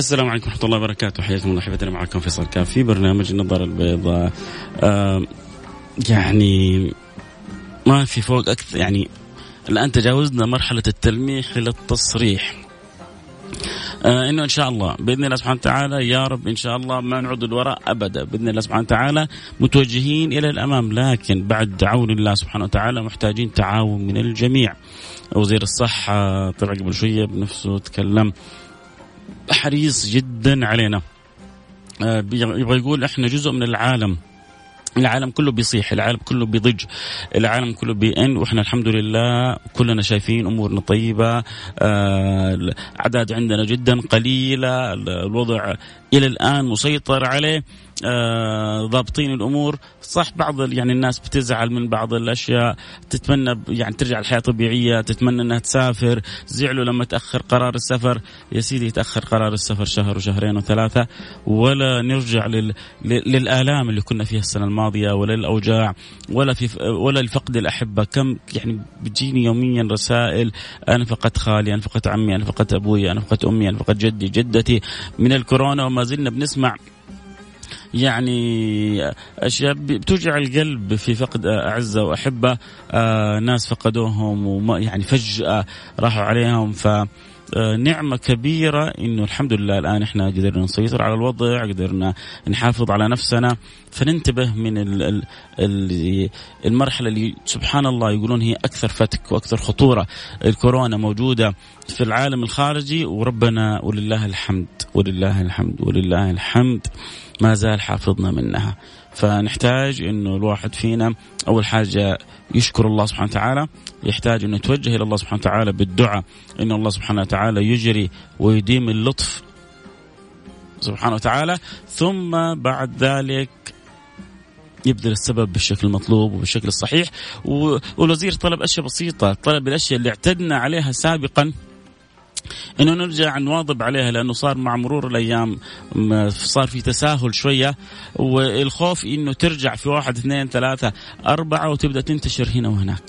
السلام عليكم ورحمة الله وبركاته. حياكم الله حبيبتنا، معكم فيصل كاف في برنامج النظارة البيضاء. يعني ما في فوق أكثر، يعني الآن تجاوزنا مرحلة التلميح إلى التصريح. إنه إن شاء الله بإذن الله سبحانه وتعالى يا رب إن شاء الله ما نعود الوراء أبدا بإذن الله سبحانه وتعالى، متوجهين إلى الأمام، لكن بعد عون الله سبحانه وتعالى محتاجين تعاون من الجميع. وزير الصحة طلع قبل شوية بنفسه تكلم حريص جدا علينا، يبغى يقول إحنا جزء من العالم، العالم كله بيصيح، العالم كله بيضج، العالم كله بيئن، وإحنا الحمد لله كلنا شايفين أمورنا طيبة. أعداد عندنا جدا قليلة، الوضع إلى الآن مسيطر عليه، ضابطين الأمور. صح بعض يعني الناس بتزعل من بعض الأشياء، تتمنى يعني ترجع الحياة طبيعية، تتمنى أنها تسافر. زعلوا لما تأخر قرار السفر، يا سيدي يتأخر قرار السفر شهر وشهرين وثلاثة، ولا نرجع للآلام اللي كنا فيها السنة الماضية، ولا الأوجاع، ولا لفقد الأحبة. كم يعني بتجيني يوميا رسائل: أنا فقدت خالي، أنا فقدت عمي، أنا فقدت أبوي، أنا فقدت أمي، أنا فقدت جدي جدتي من الكورونا. وما زلنا بنسمع يعني أشياء بتوجع القلب في فقد أعزة وأحبة. ناس فقدوهم وما يعني فجأة راحوا عليهم. نعمة كبيرة إنه الحمد لله الآن إحنا قدرنا نسيطر على الوضع، قدرنا نحافظ على نفسنا. فننتبه من المرحلة اللي سبحان الله يقولون هي أكثر فتك وأكثر خطورة. الكورونا موجودة في العالم الخارجي، وربنا ولله الحمد ولله الحمد ولله الحمد ما زال حافظنا منها. فنحتاج إنه الواحد فينا أول حاجة يشكر الله سبحانه وتعالى، يحتاج أنه يتوجه إلى الله سبحانه وتعالى بالدعاء إن الله سبحانه وتعالى يجري ويديم اللطف سبحانه وتعالى، ثم بعد ذلك يبذل السبب بالشكل المطلوب وبالشكل الصحيح. والوزير طلب أشياء بسيطة، طلب الأشياء اللي اعتدنا عليها سابقا إنه نرجع نواظب عليها، لأنه صار مع مرور الأيام صار في تساهل شوية، والخوف إنه ترجع في 1 2 3 4 وتبدأ تنتشر هنا وهناك.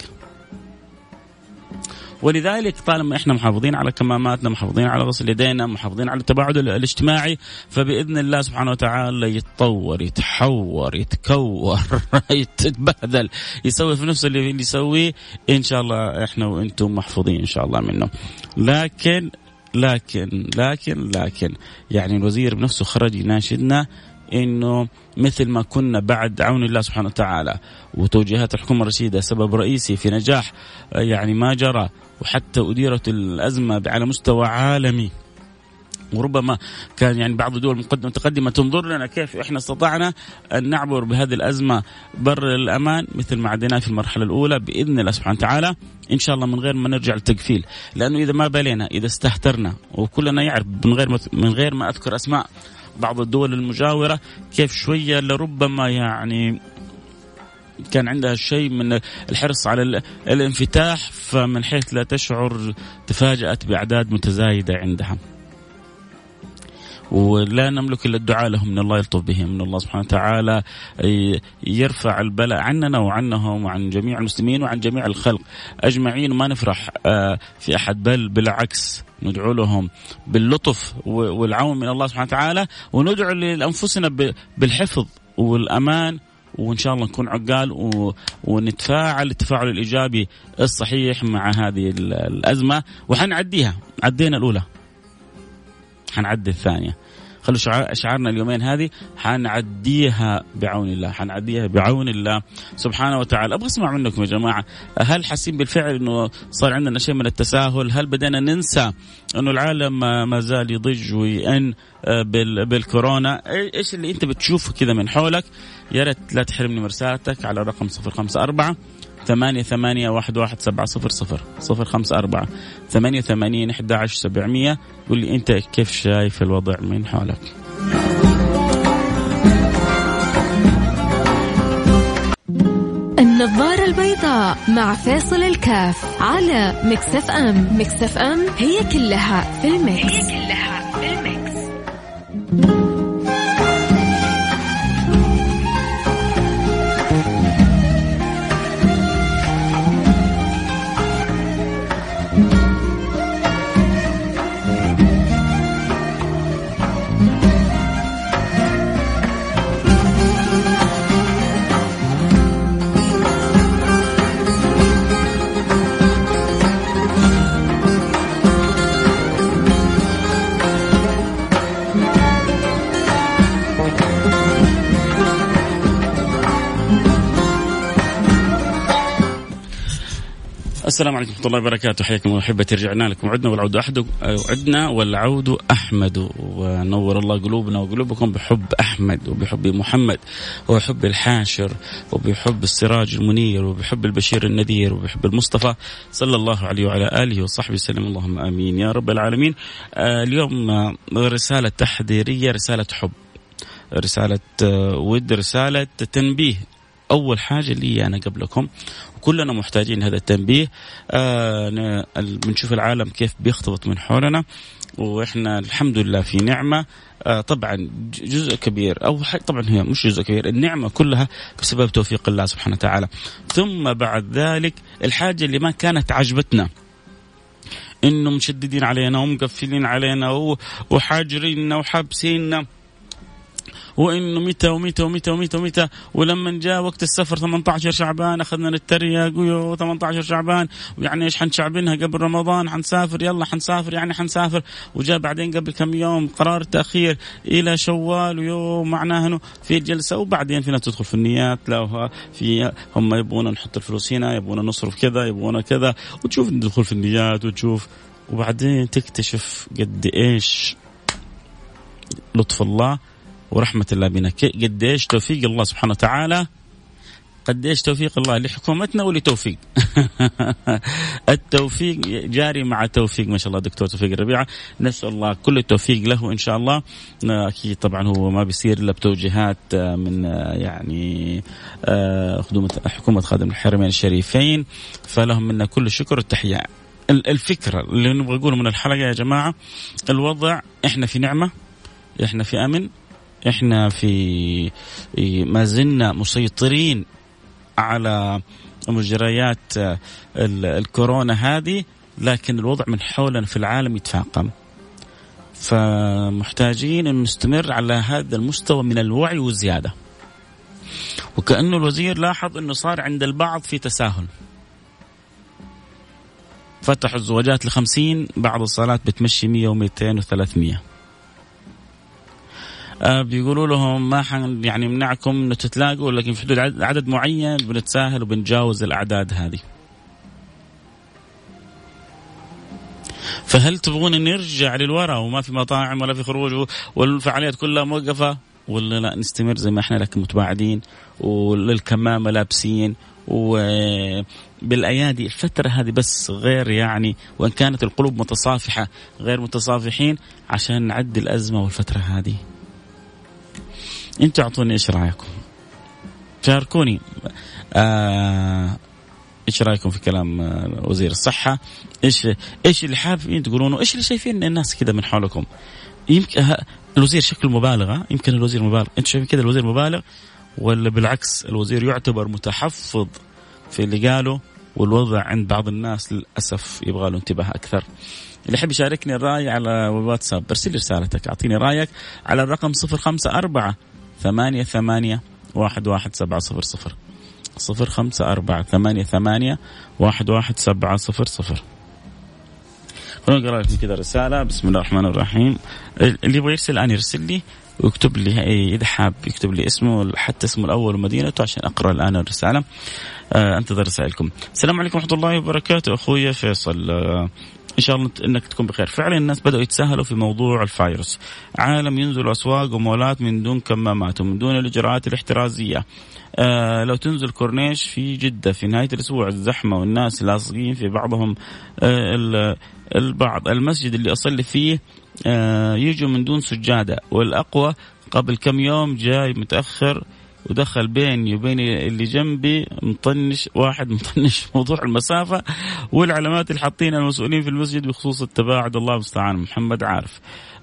ولذلك طالما إحنا محافظين على كماماتنا، محافظين على غسل يدينا، محافظين على التباعد الاجتماعي، فبإذن الله سبحانه وتعالى يتطور، يتحور، يتكور، يتبهدل، يسوي في نفسه اللي يسويه، إن شاء الله إحنا وإنتم محفوظين إن شاء الله منه. لكن لكن لكن لكن يعني الوزير بنفسه خرج يناشدنا إنه مثل ما كنا بعد عون الله سبحانه وتعالى وتوجيهات الحكومة الرشيدة سبب رئيسي في نجاح يعني ما جرى، وحتى أديرت الأزمة على مستوى عالمي، وربما كان يعني بعض الدول متقدمة تنظر لنا كيف إحنا استطعنا أن نعبر بهذه الأزمة بر الأمان مثل ما عدينا في المرحلة الأولى بإذن الله سبحانه وتعالى إن شاء الله، من غير ما نرجع للتقفيل. لأنه إذا ما بالينا، إذا استهترنا، وكلنا يعرف من غير ما أذكر أسماء بعض الدول المجاورة كيف شوية لربما يعني كان عندها شيء من الحرص على الانفتاح، فمن حيث لا تشعر تفاجأت بأعداد متزايدة عندها. ولا نملك إلا الدعاء لهم من الله يلطف بهم، من الله سبحانه وتعالى يرفع البلاء عننا وعنهم وعن جميع المسلمين وعن جميع الخلق أجمعين. وما نفرح في أحد، بل بالعكس ندعو لهم باللطف والعون من الله سبحانه وتعالى، وندعو لأنفسنا بالحفظ والأمان، وإن شاء الله نكون عقال ونتفاعل التفاعل الإيجابي الصحيح مع هذه الأزمة. وحنعديها، عدينا الأولى حنعدي الثانية. خلوا شعارنا اليومين هذه حنعديها بعون الله، حنعديها بعون الله سبحانه وتعالى. أبغى أسمع منكم يا جماعة، هل حاسين بالفعل أنه صار عندنا شيء من التساهل؟ هل بدأنا ننسى أنه العالم ما زال يضج ويئن بالكورونا؟ إيش اللي أنت بتشوفه كذا من حولك؟ يا ريت لا تحرمني مرسالتك على الرقم 054 8811 054 88 11 700. قل لي أنت كيف شايف الوضع من حولك. النظارة البيضاء مع فيصل الكاف على ميكس اف ام. ميكس اف ام هي كلها في الميكس. السلام عليكم ورحمة الله وبركاته. حياكم الله أحبتي، رجعنا لكم عدنا والعود أحمد، ونور الله قلوبنا وقلوبكم بحب أحمد وبحب محمد وبحب الحاشر وبحب السراج المنير وبحب البشير النذير وبحب المصطفى صلى الله عليه وعلى آله وصحبه وسلم. اللهم آمين يا رب العالمين. اليوم رسالة تحذيرية، رسالة حب، رسالة ود، رسالة تنبيه. أول حاجة لي أنا قبلكم، كلنا محتاجين هذا التنبيه. بنشوف العالم كيف بيختلط من حولنا، وإحنا الحمد لله في نعمة. طبعا جزء كبير أو طبعا هي مش جزء كبير، النعمة كلها بسبب توفيق الله سبحانه وتعالى. ثم بعد ذلك الحاجة اللي ما كانت عجبتنا، إنه مشددين علينا ومقفلين علينا وحاجريننا وحابسيننا، وإنه متى ومتى ومتى ومتى ومتى. ولما جاء وقت السفر 18 شعبان أخذنا نتريق، 18 شعبان يعني إيش حنشعبنها قبل رمضان، حنسافر يلا حنسافر يعني حنسافر. وجاء بعدين قبل كم يوم قرار تأخير إلى شوال، ويوم معناه إنه في جلسة، وبعدين فينا تدخل في النيات. لا في هم يبغون نحط الفلوس هنا، يبغون نصرف كذا، يبغون كذا، وتشوف ندخل في النيات وتشوف، وبعدين تكتشف قد إيش لطف الله ورحمة الله بنا، قديش توفيق الله سبحانه وتعالى، قديش توفيق الله لحكومتنا ولتوفيق. التوفيق جاري مع توفيق، ما شاء الله دكتور توفيق الربيعة، نسأل الله كل التوفيق له إن شاء الله. أكيد طبعا هو ما بيصير إلا بتوجيهات من يعني حكومة خادم الحرمين الشريفين، فلهم منا كل الشكر والتحية. الفكرة اللي نبغى نقوله من الحلقة يا جماعة، الوضع إحنا في نعمة، إحنا في أمن، إحنا في ما زلنا مسيطرين على مجريات الكورونا هذه، لكن الوضع من حولنا في العالم يتفاقم، فمحتاجين أن نستمر على هذا المستوى من الوعي والزيادة. وكأنه الوزير لاحظ أنه صار عند البعض في تساهل، فتحوا الزواجات ل50، بعض الصالات بتمشي 100 و200 و300. بيقولوا لهم ما يعني منعكم انه تتلاقوا، لكن في حدود عدد معين بنتساهل وبنجاوز الاعداد هذه. فهل تبغون نرجع للوراء وما في مطاعم ولا في خروج والفعاليات كلها موقفة، ولا لا نستمر زي ما احنا لكن متباعدين وللكمامة لابسين وبالأيادي الفترة هذه بس، غير يعني وإن كانت القلوب متصافحة غير متصافحين، عشان نعدي الأزمة والفترة هذه. انتوا اعطوني ايش رايكم، شاركوني ايش رايكم في كلام وزير الصحه، ايش اللي حابين تقولونه، ايش اللي شايفين الناس كذا من حولكم. يمكن الوزير شكله مبالغه، يمكن الوزير مبالغ، انتوا شايفين كذا الوزير مبالغ، ولا بالعكس الوزير يعتبر متحفظ في اللي قاله، والوضع عند بعض الناس للاسف يبغى له انتباه اكثر. اللي يحب يشاركني الرأي على الواتساب ارسل رسالتك، اعطيني رأيك على الرقم 054-88-11700 054-88-11700. خلونا نقرأ لكم كذا رسالة. بسم الله الرحمن الرحيم. اللي يبغى يرسل الآن يرسل لي ويكتب لي، إذا حاب يكتب لي اسمه حتى اسمه الأول ومدينته عشان أقرأ الآن الرسالة. انتظر رسائلكم. السلام عليكم ورحمة الله وبركاته. أخوي فيصل، إن شاء الله إنك تكون بخير. فعلا الناس بدأوا يتساهلوا في موضوع الفيروس، عالم ينزل أسواق ومولات من دون كمامات ومن دون الإجراءات الاحترازية. لو تنزل كورنيش في جدة في نهاية الأسبوع الزحمة والناس لاصقين في بعضهم البعض. المسجد اللي أصلي فيه يجوا من دون سجادة، والأقوى قبل كم يوم جاي متأخر ودخل بيني وبين اللي جنبي مطنش موضوع المسافة والعلامات اللي حاطينها المسؤولين في المسجد بخصوص التباعد. الله المستعان. محمد عارف.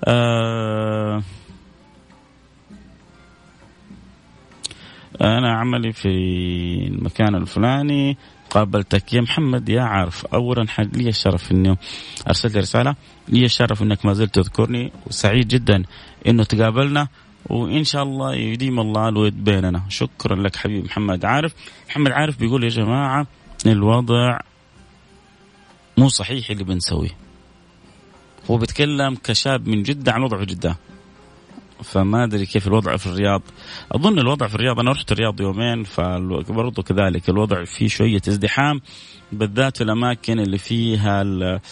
أنا عملي في المكان الفلاني، قابلتك يا محمد يا عارف. أولا لي الشرف إنه أرسلت رسالة، لي الشرف إنك ما زلت تذكرني، وسعيد جدا إنه تقابلنا، وإن شاء الله يديم الله الود بيننا. شكرا لك حبيب محمد عارف. محمد عارف بيقول يا جماعة الوضع مو صحيح اللي بنسويه. هو بيتكلم كشاب من جدة عن وضعه في جدة، فما أدري كيف الوضع في الرياض. أظن الوضع في الرياض، أنا رحت الرياض يومين، فبرضو كذلك الوضع فيه شوية ازدحام، بالذات في الأماكن اللي فيها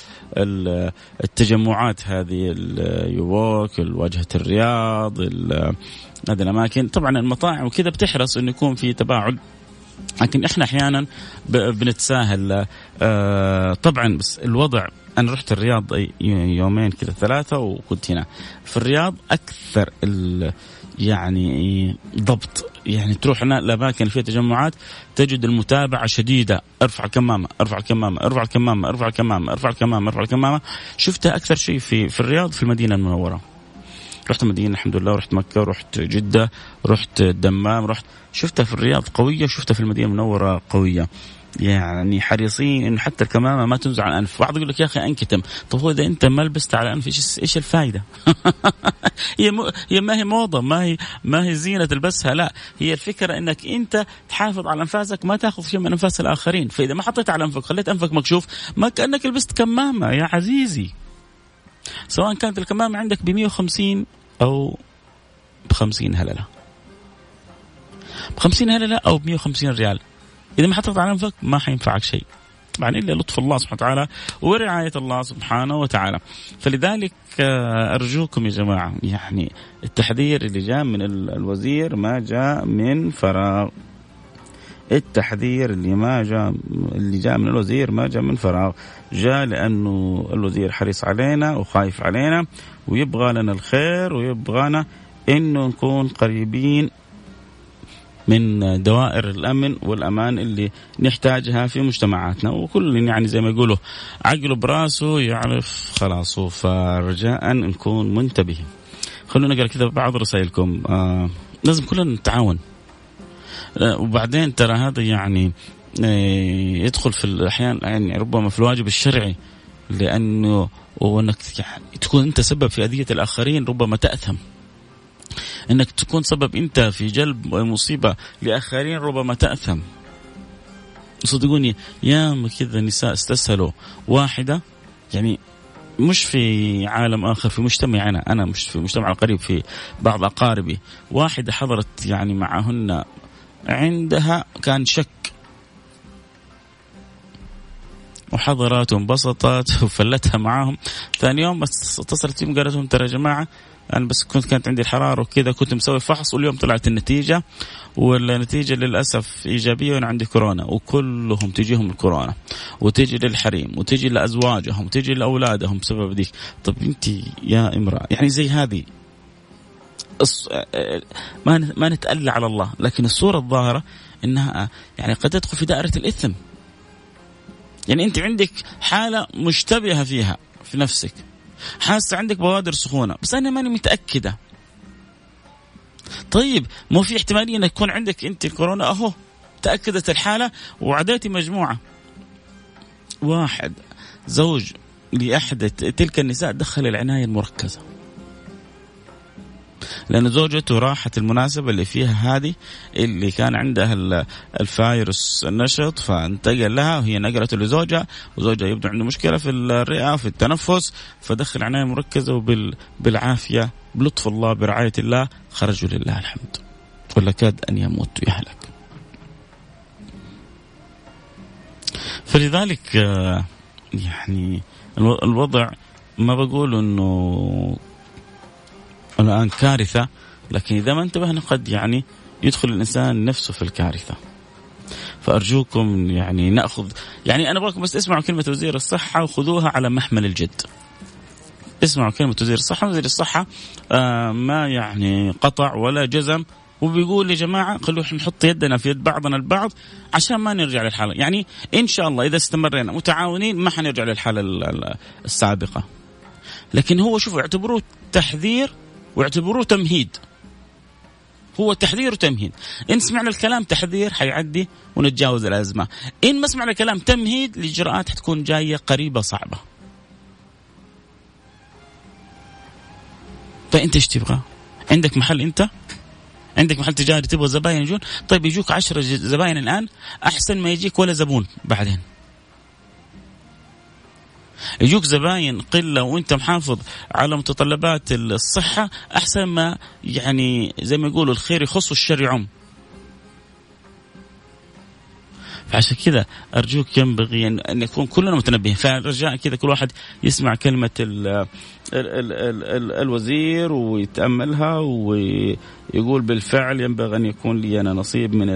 التجمعات هذه، اليووك، الواجهة الرياض، هذه الأماكن. طبعا المطاعم وكذا بتحرص إنه يكون في تباعد، لكن إحنا أحيانا بنتساهل. طبعا بس الوضع، أنا رحت الرياض يومين كذا 3 وكنت هنا في الرياض أكثر يعني ضبط. يعني تروح هنا الأماكن فيها تجمعات تجد المتابعة شديدة، ارفع الكمامة ارفع الكمامة ارفع الكمامة ارفع الكمامة ارفع الكمامة ارفع الكمامة. شفتها أكثر شيء في الرياض، في المدينة المنورة. رحت المدينة الحمد لله، رحت مكة، رحت جدة، رحت الدمام، شفتها في الرياض قوية، شفتها في المدينة المنورة قوية. يعني حريصين إنه حتى الكمامة ما تنزع على الأنف. بعض يقول لك يا أخي أنكتم، طب هو إذا أنت ما لبست على الأنف إيش الفائدة؟ هي ما هي موضة، ما هي زينة تلبسها، لا، هي الفكرة إنك أنت تحافظ على أنفاسك، ما تأخذ شيء من أنفاس الآخرين. فإذا ما حطيت على أنفك، خليت أنفك مكشوف، ما كأنك لبست كمامة يا عزيزي. سواء كانت الكمامة عندك ب150 أو ب50 هللة، ب50 هللة أو ب150 ريال، إذا ما حطيت على أنفك ما حينفعك شيء، طبعا إلا لطف الله سبحانه وتعالى ورعاية الله سبحانه وتعالى. فلذلك أرجوكم يا جماعة، يعني التحذير اللي جاء من الوزير ما جاء من فراغ. التحذير اللي جاء من الوزير ما جاء من فراغ، جاء لأنه الوزير حريص علينا وخايف علينا ويبغى لنا الخير، ويبغانا إنه نكون قريبين من دوائر الأمن والأمان اللي نحتاجها في مجتمعاتنا. وكل يعني زي ما يقولوا عقله براسه يعرف خلاصه، فرجاء نكون منتبهين. خلونا نقرأ كذا بعض رسائلكم. لازم كلنا نتعاون. وبعدين ترى هذا يعني يدخل في الأحيان يعني ربما في الواجب الشرعي، لأنه وأنك يعني تكون أنت سبب في أذية الآخرين ربما تأثم، انك تكون سبب انت في جلب مصيبة لآخرين ربما تأثم. صدقوني يا كذا نساء استسهلوا واحدة، يعني مش في عالم آخر، في مجتمعنا، أنا مش في مجتمع القريب، في بعض أقاربي، واحدة حضرت يعني معهن، عندها كان شك وحضرت وانبسطت وفلتها معاهم. ثاني يوم بس اتصلت بهم قالت لهم ترى يا جماعة أنا بس كانت عندي الحرارة وكذا، كنت مسوي فحص واليوم طلعت النتيجة، والنتيجة للأسف إيجابية وأنا عندي كورونا. وكلهم تجيهم الكورونا وتجي للحريم وتجي لأزواجهم وتجي لأولادهم بسبب ديك. طب أنت يا امرأة يعني زي هذه ما نتألى على الله، لكن الصورة الظاهرة إنها يعني قد تدخل في دائرة الإثم. يعني أنت عندك حالة مشتبهة فيها في نفسك، حاسة عندك بوادر سخونة، بس أنا ماني متأكدة. طيب مو في احتمالية أن يكون عندك أنت الكورونا؟ أهو تأكدت الحالة وعديتي مجموعة. واحد زوج لأحد تلك النساء دخل العناية المركزة لأن زوجته راحت المناسبة اللي فيها هذه اللي كان عندها الفيروس النشط، فانتقل لها وهي نقلته لزوجها، وزوجها يبدو عنده مشكلة في الرئة في التنفس، فدخل عناية مركزة وبالعافية بلطف الله برعاية الله خرجوا لله الحمد، ولا كاد أن يموت ويهلك. فلذلك يعني الوضع ما بقول أنه الآن كارثة، لكن إذا ما انتبهنا قد يعني يدخل الإنسان نفسه في الكارثة. فأرجوكم يعني نأخذ، يعني أنا أبغاكم بس اسمعوا كلمة وزير الصحة وخذوها على محمل الجد. اسمعوا كلمة وزير الصحة. وزير الصحة ما يعني قطع ولا جزم، وبيقول يا جماعة خلونا نحط يدنا في يد بعضنا البعض عشان ما نرجع للحالة. يعني إن شاء الله إذا استمرنا متعاونين ما حنرجع للحالة السابقة. لكن هو شوفوا اعتبروه تحذير واعتبروه تمهيد. هو تحذير وتمهيد. إن سمعنا الكلام تحذير حيعدي ونتجاوز الأزمة، إن ما سمعنا الكلام تمهيد لإجراءات حتكون جاية قريبة صعبة. فأنت إيش تبغى؟ عندك محل، أنت عندك محل تجاري تبغى زباين يجون، طيب يجوك 10 زباين الآن أحسن ما يجيك ولا زبون بعدين. يجوك زباين قلة وانت محافظ على متطلبات الصحة، أحسن ما يعني زي ما يقولوا الخير يخص والشر يعم. فعشان كذا أرجوك ينبغي أن يكون كلنا متنبهين. فرجاء كذا كل واحد يسمع كلمة الوزير ويتأملها ويقول بالفعل ينبغي أن يكون لي أنا نصيب من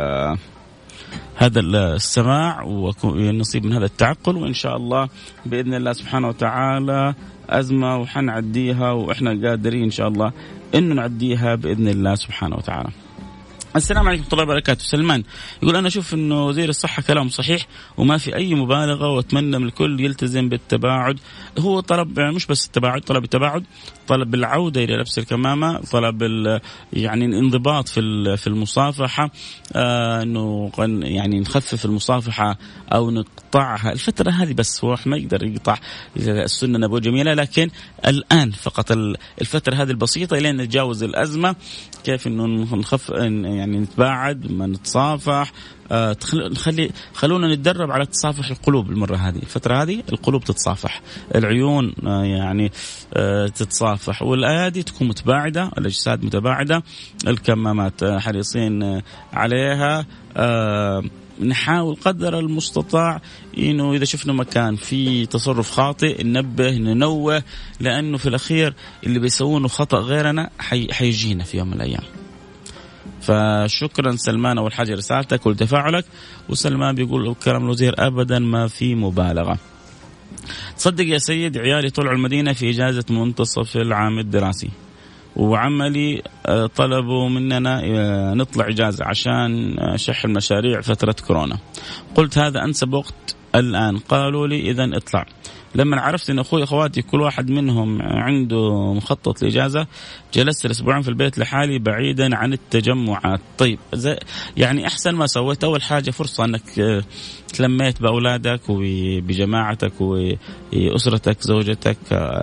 هذا السماع ونصيب من هذا التعقل، وإن شاء الله بإذن الله سبحانه وتعالى أزمة وحنعديها، وإحنا قادرين إن شاء الله إنه نعديها بإذن الله سبحانه وتعالى. السلام عليكم ورحمة الله وبركاته. سلمان يقول أنا أشوف أنه وزير الصحة كلام صحيح وما في أي مبالغة، وأتمنى من الكل يلتزم بالتباعد. هو طلب مش بس التباعد، طلب التباعد، طلب العودة إلى لبس الكمامة، طلب يعني الانضباط في المصافحة، أنه يعني نخفف المصافحة أو نقطعها الفترة هذه. بس هو ما يقدر يقطع السنة نبوة جميلة، لكن الآن فقط الفترة هذه البسيطة إلى أن نتجاوز الأزمة. كيف أنه نخف يعني نتباعد، ما نتصافح، خلونا نتدرب على تصافح القلوب. المرة هذه الفترة هذه القلوب تتصافح، العيون يعني تتصافح، والأيادي تكون متباعدة، الأجساد متباعدة، الكمامات حريصين عليها. نحاول قدر المستطاع إنه إذا شفنا مكان في تصرف خاطئ ننبه ننوه، لأنه في الأخير اللي بيسوونه خطأ غيرنا حيجينا في يوم من الأيام. فشكرا سلمان أول حاجة رسالتك ولتفاعلك. وسلمان بيقول كلام الوزير أبدا ما في مبالغة. تصدق يا سيد عيالي طلعوا المدينة في إجازة منتصف العام الدراسي، وعملي طلبوا مننا نطلع إجازة عشان شح المشاريع فترة كورونا. قلت هذا أنسب وقت الآن. قالوا لي إذن اطلع. لما عرفت أن أخواتي كل واحد منهم عنده مخطط لإجازة، جلست الأسبوعين في البيت لحالي بعيدا عن التجمعات. طيب يعني أحسن ما سويت. أول حاجة فرصة أنك تلميت بأولادك وبجماعتك وأسرتك، زوجتك،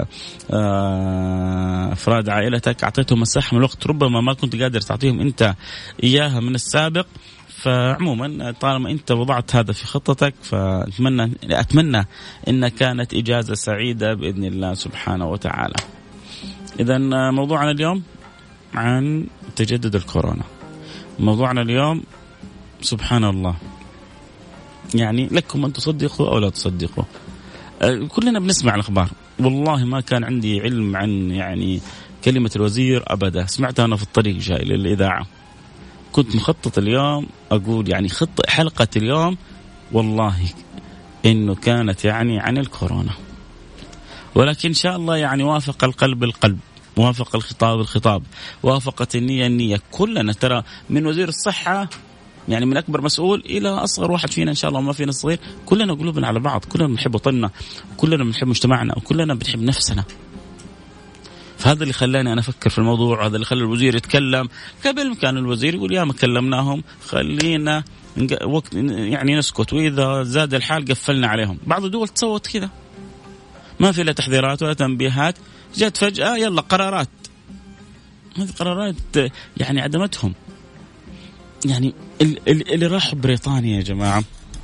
أفراد عائلتك، أعطيتهم مساحة من الوقت ربما ما كنت قادر تعطيهم أنت إياها من السابق. فعموما طالما أنت وضعت هذا في خطتك، فأتمنى إن كانت إجازة سعيدة بإذن الله سبحانه وتعالى. إذن موضوعنا اليوم عن تجدد الكورونا. موضوعنا اليوم سبحان الله، يعني لكم أن تصدقوا أو لا تصدقوا. كلنا بنسمع الأخبار. والله ما كان عندي علم عن يعني كلمة الوزير أبدا، سمعتها أنا في الطريق جاي للإذاعة. كنت مخطط اليوم أقول يعني حلقة اليوم والله إنه كانت يعني عن الكورونا، ولكن إن شاء الله يعني وافق القلب القلب، وافق الخطاب الخطاب، وافقت النية النية. كلنا ترى من وزير الصحة يعني من أكبر مسؤول إلى أصغر واحد فينا إن شاء الله، وما فينا صغير، كلنا قلوبنا على بعض، كلنا بنحب وطننا، كلنا بنحب مجتمعنا، وكلنا بنحب نفسنا. فهذا اللي خلاني أنا أفكر في الموضوع، هذا اللي خلى الوزير يتكلم. قبل كان الوزير يقول يا ما كلمناهم خلينا وقت يعني نسكت، وإذا زاد الحال قفلنا عليهم. بعض الدول تصوت كذا، ما في لا تحذيرات ولا تنبيهات، جات فجأة يلا قرارات. هذه قرارات يعني عدمتهم. يعني اللي راحوا بريطانيا يا جماعة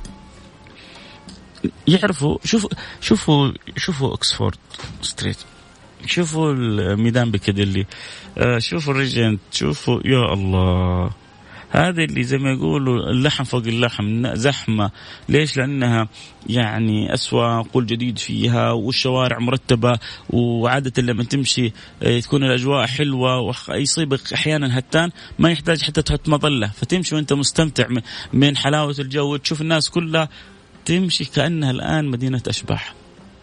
يعرفوا، شوفوا أكسفورد ستريت، شوفوا الميدان بيكاديلي، شوفوا الريجنت، شوفوا يا الله هذه اللي زي ما يقولوا اللحم فوق اللحم، زحمة. ليش؟ لأنها يعني أسواق والجديد فيها والشوارع مرتبة، وعادة لما تمشي تكون الأجواء حلوة، ويصيبك أحيانا هتان ما يحتاج حتى تحط مظلة، فتمشي وأنت مستمتع من حلاوة الجو، تشوف الناس كلها تمشي كأنها الآن مدينة أشباح.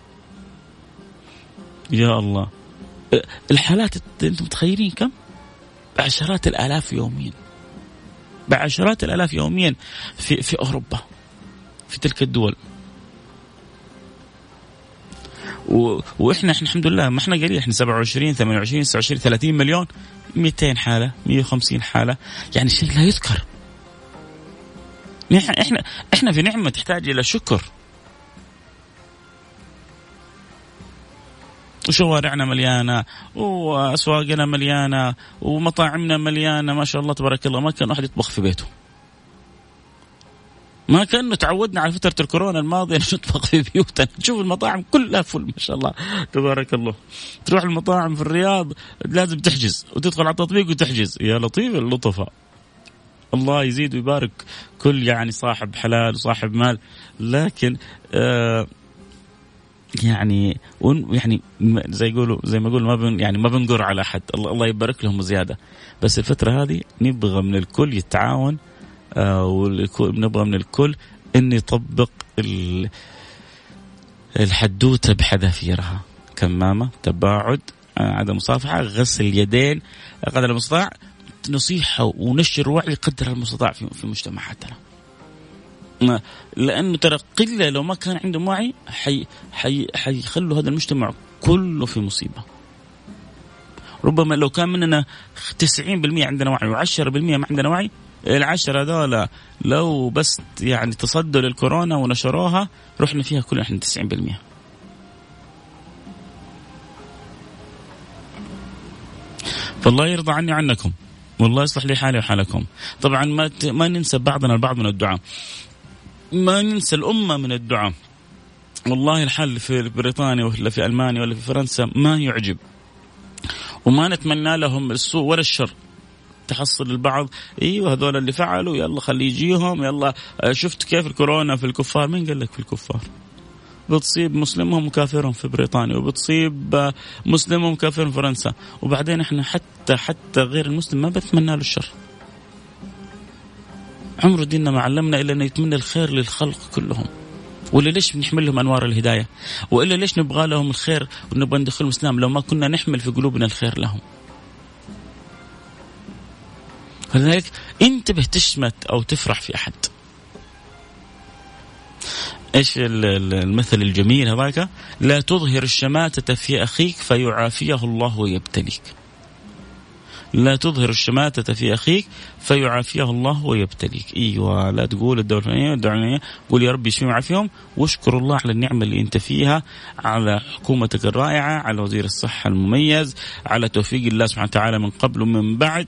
يا الله الحالات أنتم متخيلين كم؟ بعشرات الآلاف يوميا، بعشرات الآلاف يوميا في أوروبا، في تلك الدول. وإحنا الحمد لله ما إحنا قليل، إحنا 27 28 29 30 مليون، 200 حالة 150 حالة، يعني شيء لا يذكر. إحنا في نعمة تحتاج إلى شكر. وشوارعنا مليانة، وأسواقنا مليانة، ومطاعمنا مليانة، ما شاء الله تبارك الله. ما كان واحد يطبخ في بيته، ما كأنه تعودنا على فترة الكورونا الماضية نطبخ في بيوتنا. تشوف المطاعم كلها فل ما شاء الله تبارك الله. تروح المطاعم في الرياض لازم تحجز وتدخل على التطبيق وتحجز. يا لطيف اللطفة، الله يزيد ويبارك كل يعني صاحب حلال وصاحب مال. لكن يعني زي ما يقولوا ما بنقر على أحد، الله يبارك لهم زيادة. بس الفترة هذه نبغى من الكل يتعاون، ونبغى من الكل إن يطبق الحدوتة بحذافيرها: كمامة، تباعد، عدم مصافحة، غسل اليدين قدر المستطاع، نصيحة ونشر وعي قدر المستطاع في مجتمعاتنا. لأنه ترى قلة لو ما كان عندهم وعي حيخلوا هذا المجتمع كله في مصيبة. ربما لو كان مننا 90% عندنا وعي و10% ما عندنا وعي، 10 هذول لو بس يعني تصدوا للكورونا ونشروها رحنا فيها كلنا احنا 90%. فالله يرضى عني عنكم والله يصلح لي حالي وحالكم. طبعا ما ننسى بعضنا البعض من الدعاء، ما ننسى الأمة من الدعاء. والله الحال في بريطانيا ولا في ألمانيا ولا في فرنسا ما يعجب، وما نتمنى لهم السوء ولا الشر. تحصل البعض ايوه هذول اللي فعلوا يلا خلي يجيهم، يلا شفت كيف الكورونا في الكفار. مين قال لك في الكفار؟ بتصيب مسلمهم وكافرهم في بريطانيا، وبتصيب مسلمهم وكافرهم في فرنسا، وبعدين احنا حتى غير المسلم ما بتمنى له الشر. عمره ديننا ما علمنا الا انه يتمنى الخير للخلق كلهم. ولا ليش بنحمل لهم انوار الهدايه؟ والا ليش نبغى لهم الخير ونبغى ندخلهم الاسلام لو ما كنا نحمل في قلوبنا الخير لهم؟ فلذلك انتبه تشمت او تفرح في احد. ايش المثل الجميل هذاك؟ لا تظهر الشماتة في اخيك فيعافيه الله ويبتليك. لا تظهر الشماتة في أخيك فيعافيه الله ويبتليك. أيوة، لا تقول الدولة الفلانية، قول يا رب يشفيهم ويعافيهم، واشكر الله على النعمة اللي أنت فيها، على حكومتك الرائعة، على وزير الصحة المميز، على توفيق الله سبحانه وتعالى من قبل ومن بعد،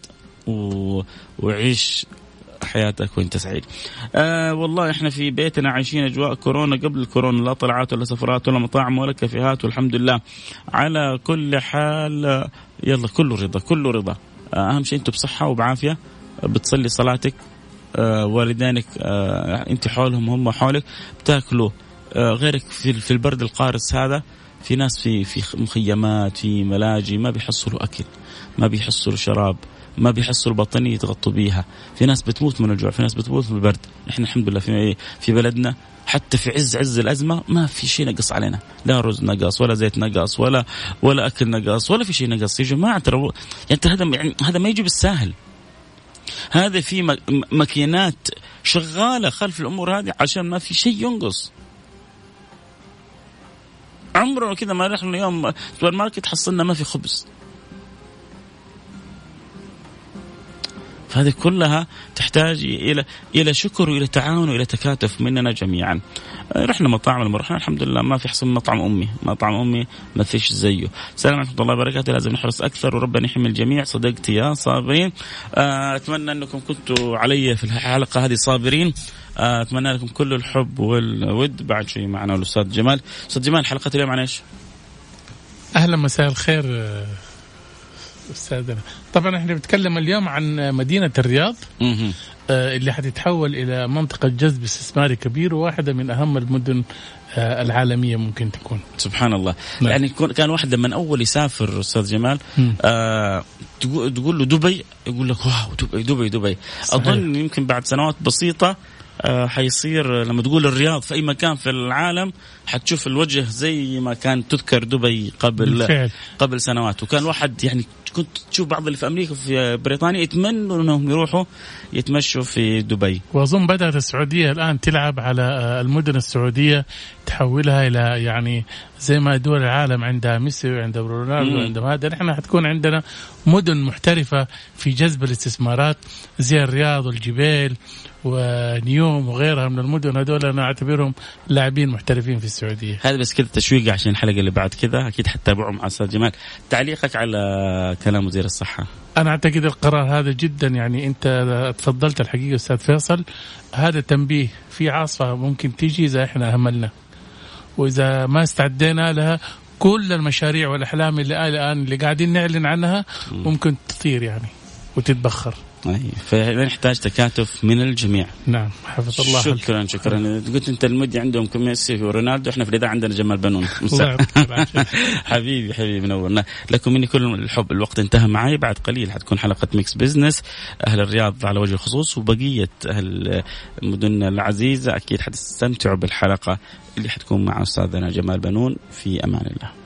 وعيش حياتك وانت سعيد. والله احنا في بيتنا عايشين اجواء كورونا قبل الكورونا، لا طلعات ولا سفرات ولا مطاعم ولا كافيهات، والحمد لله على كل حال. يلا كله رضا كله رضا. اهم شيء انتم بصحه وبعافيه، بتصلي صلاتك، والدينك انت حولهم هم حولك، بتاكلوا. غيرك في البرد القارس هذا، في ناس في مخيمات، في ملاجئ ما بيحصلوا اكل، ما بيحصلوا شراب، ما بيحصلوا بطانية يتغطوا بيها. في ناس بتموت من الجوع، في ناس بتموت من البرد. احنا الحمد لله في بلدنا حتى في عز الأزمة ما في شيء نقص علينا، لا رز نقص ولا زيت نقص ولا أكل نقص ولا في شيء نقص. يا جماعة ترى هذا ما يجي بالساهل. هذا في ماكينات شغالة خلف الأمور هذه عشان ما في شيء ينقص. عمره كذا ما رحنا اليوم سوبر ماركت حصلنا ما في خبز. فهذه كلها تحتاج إلى شكر وإلى تعاون وإلى تكاتف مننا جميعا. رحنا مطاعم لما رحنا الحمد لله ما في حصل مطعم أمي ما فيش زيه. السلام عليكم ورحمة الله وبركاته. لازم نحرص أكثر وربنا يحمي الجميع. صدقتي يا صابرين. أتمنى أنكم كنتوا علي في الحلقة هذه صابرين. أتمنى لكم كل الحب والود. بعد شيء معنا الأستاذ جمال. أستاذ جمال حلقة اليوم عن إيش؟ أهلا مساء الخير أستاذنا. طبعا احنا بنتكلم اليوم عن مدينة الرياض اللي حتتحول إلى منطقة جذب استثماري كبير، وواحدة من أهم المدن العالمية ممكن تكون. سبحان الله. يعني كان واحد من أول يسافر أستاذ جمال تقول له دبي، يقول لك واو دبي. أظن يمكن بعد سنوات بسيطة حيصير لما تقول الرياض في أي مكان في العالم حتشوف الوجه زي ما كان تذكر دبي قبل سنوات. وكان واحد يعني كنت تشوف بعض اللي في أمريكا وفي بريطانيا يتمنوا أنهم يروحوا يتمشوا في دبي. وأظن بدأت السعودية الآن تلعب على المدن السعودية، تحولها إلى يعني زي ما دول العالم عندها ميسي وعندها رونالدو وعندها هذا، نحن حتكون عندنا مدن محترفة في جذب الاستثمارات زي الرياض والجبال ونيوم وغيرها من المدن. هذول أنا أعتبرهم لاعبين محترفين في السعودية. هذا بس كده تشويق عشان الحلقة اللي بعد كده أكيد حتتابعوا مع أستاذ جمال. تعليقك على كلام وزير الصحة. أنا أعتقد القرار هذا جدا يعني أنت تفضلت الحقيقة أستاذ فيصل، هذا تنبيه في عاصفة ممكن تيجي إذا إحنا أهملنا وإذا ما استعدينا لها. كل المشاريع والأحلام اللي قاعدين نعلن عنها ممكن تطير يعني وتتبخر. فنحتاج تكاتف من الجميع. نعم حفظ الله. شكرا. قلت انت المدي عندهم ميسي ورونالدو، احنا في الإذاعة عندنا جمال بنون. حبيبي منورنا. لكم مني كل الحب. الوقت انتهى معي، بعد قليل حتكون حلقة ميكس بزنس. أهل الرياض على وجه الخصوص وبقية أهل المدن العزيزة أكيد حتستمتعوا بالحلقة اللي حتكون مع أستاذنا جمال بنون. في أمان الله.